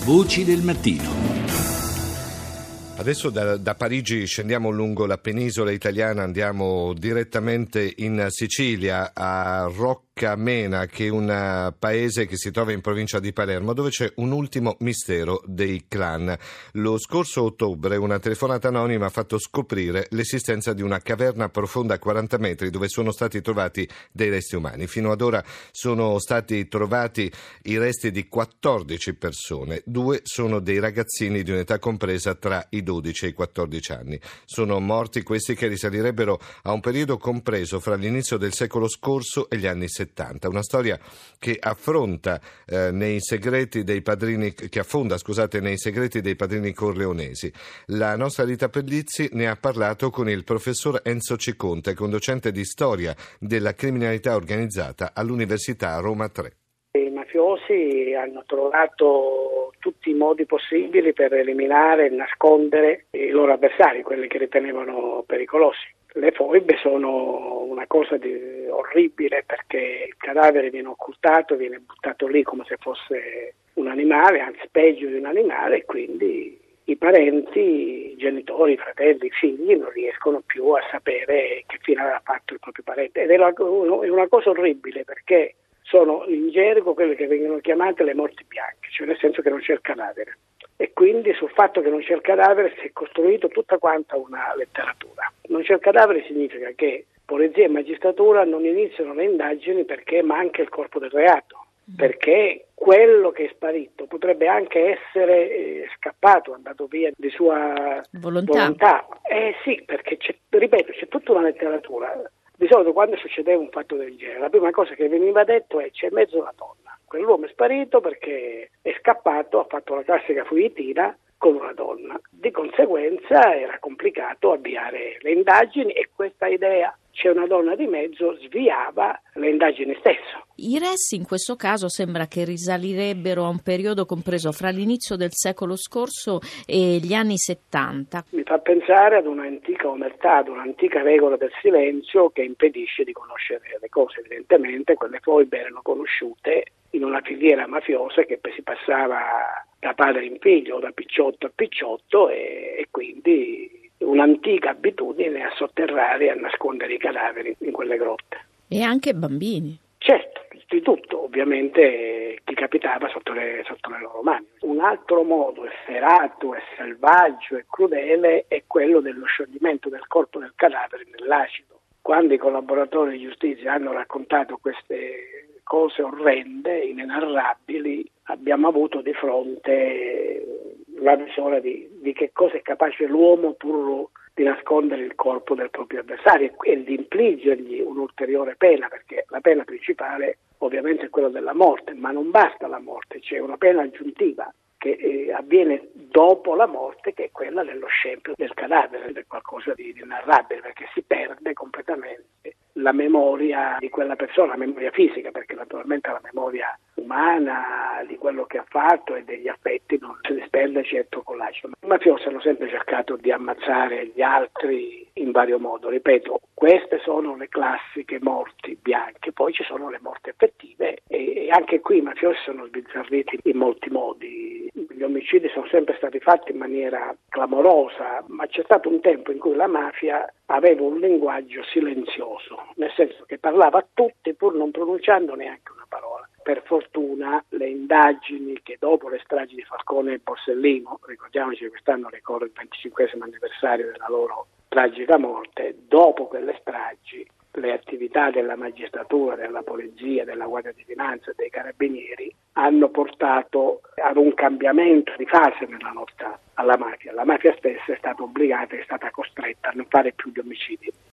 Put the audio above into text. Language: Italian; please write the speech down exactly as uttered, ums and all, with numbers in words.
Voci del mattino. Adesso da, da Parigi scendiamo lungo la penisola italiana, andiamo direttamente in Sicilia, a Roccamena, che è un paese che si trova in provincia di Palermo, dove c'è un ultimo mistero dei clan. Lo scorso ottobre una telefonata anonima ha fatto scoprire l'esistenza di una caverna profonda quaranta metri dove sono stati trovati dei resti umani. Fino ad ora sono stati trovati i resti di quattordici persone, due sono dei ragazzini di un'età compresa tra i dodici e i quattordici anni. Sono morti questi che risalirebbero a un periodo compreso fra l'inizio del secolo scorso e gli anni settanta. Una storia che affronta eh, nei segreti dei padrini che affonda, scusate, nei segreti dei padrini corleonesi. La nostra Rita Pellizzi ne ha parlato con il professor Enzo Ciconte, che è un docente di storia della criminalità organizzata all'Università Roma tre. I mafiosi hanno trovato tutti i modi possibili per eliminare e nascondere i loro avversari, quelli che ritenevano pericolosi. Le foibe sono una cosa di orribile perché il cadavere viene occultato, viene buttato lì come se fosse un animale, anzi peggio di un animale, e quindi i parenti, i genitori, i fratelli, i figli non riescono più a sapere che fine aveva fatto il proprio parente. Ed è una cosa orribile perché sono in gergo quelle che vengono chiamate le morti bianche, cioè nel senso che non c'è il cadavere. E quindi sul fatto che non c'è il cadavere si è costruito tutta quanta una letteratura. Non c'è il cadavere significa che polizia e magistratura non iniziano le indagini perché manca il corpo del reato, perché quello che è sparito potrebbe anche essere eh, scappato, andato via di sua volontà. volontà. Eh sì, perché c'è, ripeto, c'è tutta una letteratura. Di solito quando succedeva un fatto del genere, la prima cosa che veniva detto è c'è in mezzo una donna. Quell'uomo è sparito perché è scappato, ha fatto la classica fuitina con una donna. Di conseguenza era complicato avviare le indagini e questa idea, c'è una donna di mezzo, sviava le indagini stesse. I resti in questo caso sembra che risalirebbero a un periodo compreso fra l'inizio del secolo scorso e gli anni settanta. Mi fa pensare ad un'antica omertà, ad un'antica regola del silenzio che impedisce di conoscere le cose. Evidentemente quelle foibe erano conosciute in una filiera mafiosa che si passava da padre in figlio, da picciotto a picciotto, e, e quindi un'antica abitudine a sotterrare e a nascondere i cadaveri in quelle grotte. E anche bambini. Certo, di tutto, ovviamente chi capitava sotto le, sotto le loro mani. Un altro modo efferato, e selvaggio e crudele è quello dello scioglimento del corpo del cadavere nell'acido. Quando i collaboratori di giustizia hanno raccontato queste cose orrende, inenarrabili, abbiamo avuto di fronte la visione di, di che cosa è capace l'uomo pur di nascondere il corpo del proprio avversario e di infliggergli un'ulteriore pena, perché la pena principale ovviamente è quella della morte, ma non basta la morte, c'è una pena aggiuntiva che eh, avviene dopo la morte, che è quella dello scempio del cadavere, è qualcosa di inarrabile, perché si perde completamente la memoria di quella persona, la memoria fisica, perché naturalmente la memoria umana di quello che ha fatto e degli affetti non si disperde certo con l'accido. I mafiosi hanno sempre cercato di ammazzare gli altri in vario modo, ripeto, queste sono le classiche morti bianche, poi ci sono le morti effettive e, e anche qui i mafiosi sono sbizzarriti in molti modi. Gli omicidi sono sempre stati fatti in maniera clamorosa, ma c'è stato un tempo in cui la mafia aveva un linguaggio silenzioso, nel senso che parlava a tutti pur non pronunciando neanche una parola. Per fortuna le indagini che dopo le stragi di Falcone e Borsellino, ricordiamoci che quest'anno ricorre il venticinquesimo anniversario della loro tragica morte, dopo quelle stragi le attività della magistratura, della polizia, della Guardia di Finanza e dei carabinieri hanno portato ad un cambiamento di fase nella lotta alla mafia. La mafia stessa è stata obbligata, è stata costretta a non fare più gli omicidi.